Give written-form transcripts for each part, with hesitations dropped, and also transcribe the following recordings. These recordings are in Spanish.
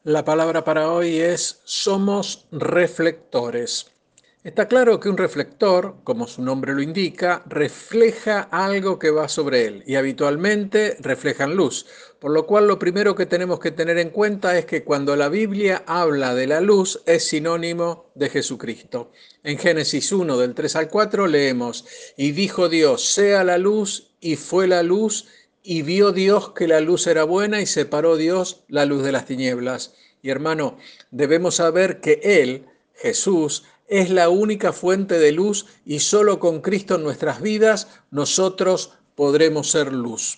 La palabra para hoy es somos reflectores. Está claro que un reflector, como su nombre lo indica, refleja algo que va sobre él y habitualmente reflejan luz. Por lo cual lo primero que tenemos que tener en cuenta es que cuando la Biblia habla de la luz es sinónimo de Jesucristo. En Génesis 1 del 3 al 4 leemos, y dijo Dios, sea la luz, y fue la luz, y vio Dios que la luz era buena y separó Dios la luz de las tinieblas. Y hermano, debemos saber que Él, Jesús, es la única fuente de luz y solo con Cristo en nuestras vidas nosotros podremos ser luz.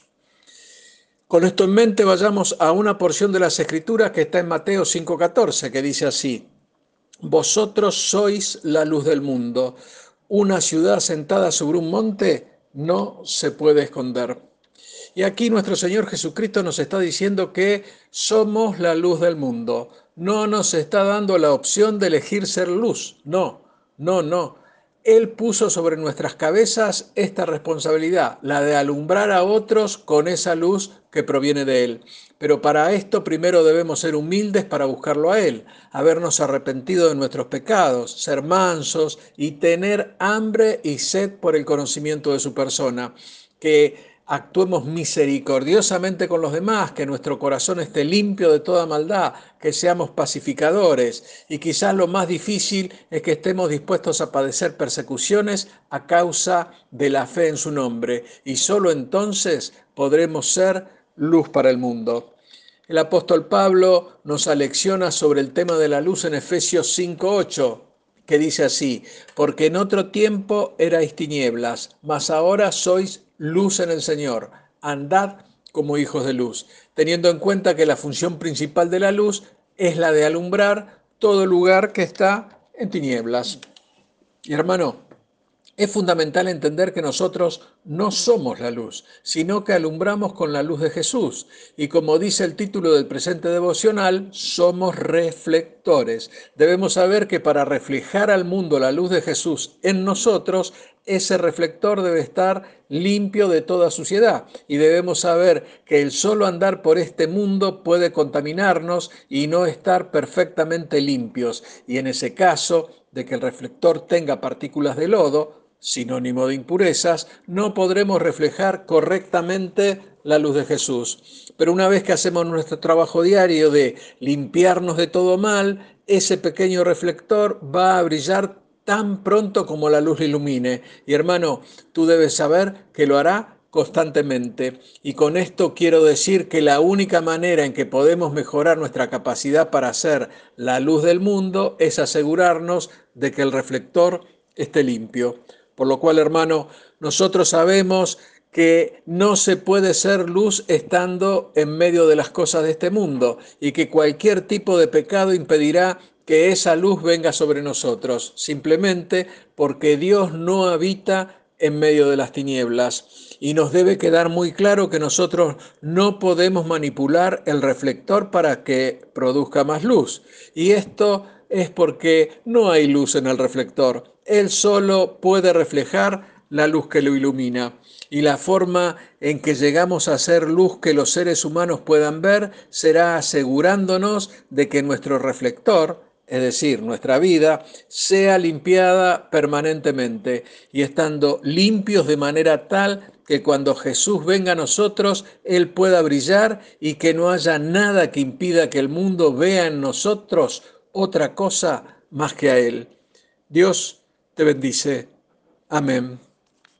Con esto en mente vayamos a una porción de las Escrituras que está en Mateo 5:14, que dice así, vosotros sois la luz del mundo. Una ciudad sentada sobre un monte no se puede esconder. Y aquí nuestro Señor Jesucristo nos está diciendo que somos la luz del mundo. No nos está dando la opción de elegir ser luz. No, no, no. Él puso sobre nuestras cabezas esta responsabilidad, la de alumbrar a otros con esa luz que proviene de Él. Pero para esto primero debemos ser humildes para buscarlo a Él, habernos arrepentido de nuestros pecados, ser mansos y tener hambre y sed por el conocimiento de su persona. Que actuemos misericordiosamente con los demás, que nuestro corazón esté limpio de toda maldad, que seamos pacificadores y quizás lo más difícil es que estemos dispuestos a padecer persecuciones a causa de la fe en su nombre y solo entonces podremos ser luz para el mundo. El apóstol Pablo nos alecciona sobre el tema de la luz en Efesios 5:8, que dice así, porque en otro tiempo erais tinieblas, mas ahora sois luz en el Señor, andad como hijos de luz, teniendo en cuenta que la función principal de la luz es la de alumbrar todo lugar que está en tinieblas. Y hermano, es fundamental entender que nosotros no somos la luz, sino que alumbramos con la luz de Jesús. Y como dice el título del presente devocional, somos reflectores. Debemos saber que para reflejar al mundo la luz de Jesús en nosotros, ese reflector debe estar limpio de toda suciedad. Y debemos saber que el solo andar por este mundo puede contaminarnos y no estar perfectamente limpios. Y en ese caso de que el reflector tenga partículas de lodo, sinónimo de impurezas, no podremos reflejar correctamente la luz de Jesús. Pero una vez que hacemos nuestro trabajo diario de limpiarnos de todo mal, ese pequeño reflector va a brillar tan pronto como la luz ilumine. Y hermano, tú debes saber que lo hará constantemente. Y con esto quiero decir que la única manera en que podemos mejorar nuestra capacidad para ser la luz del mundo es asegurarnos de que el reflector esté limpio. Por lo cual, hermano, nosotros sabemos que no se puede ser luz estando en medio de las cosas de este mundo y que cualquier tipo de pecado impedirá que esa luz venga sobre nosotros, simplemente porque Dios no habita en medio de las tinieblas. Y nos debe quedar muy claro que nosotros no podemos manipular el reflector para que produzca más luz. Y esto es porque no hay luz en el reflector. Él solo puede reflejar la luz que lo ilumina. Y la forma en que llegamos a ser luz que los seres humanos puedan ver será asegurándonos de que nuestro reflector, es decir, nuestra vida, sea limpiada permanentemente y estando limpios de manera tal que cuando Jesús venga a nosotros, Él pueda brillar y que no haya nada que impida que el mundo vea en nosotros otra cosa más que a Él. Dios te bendice. Amén.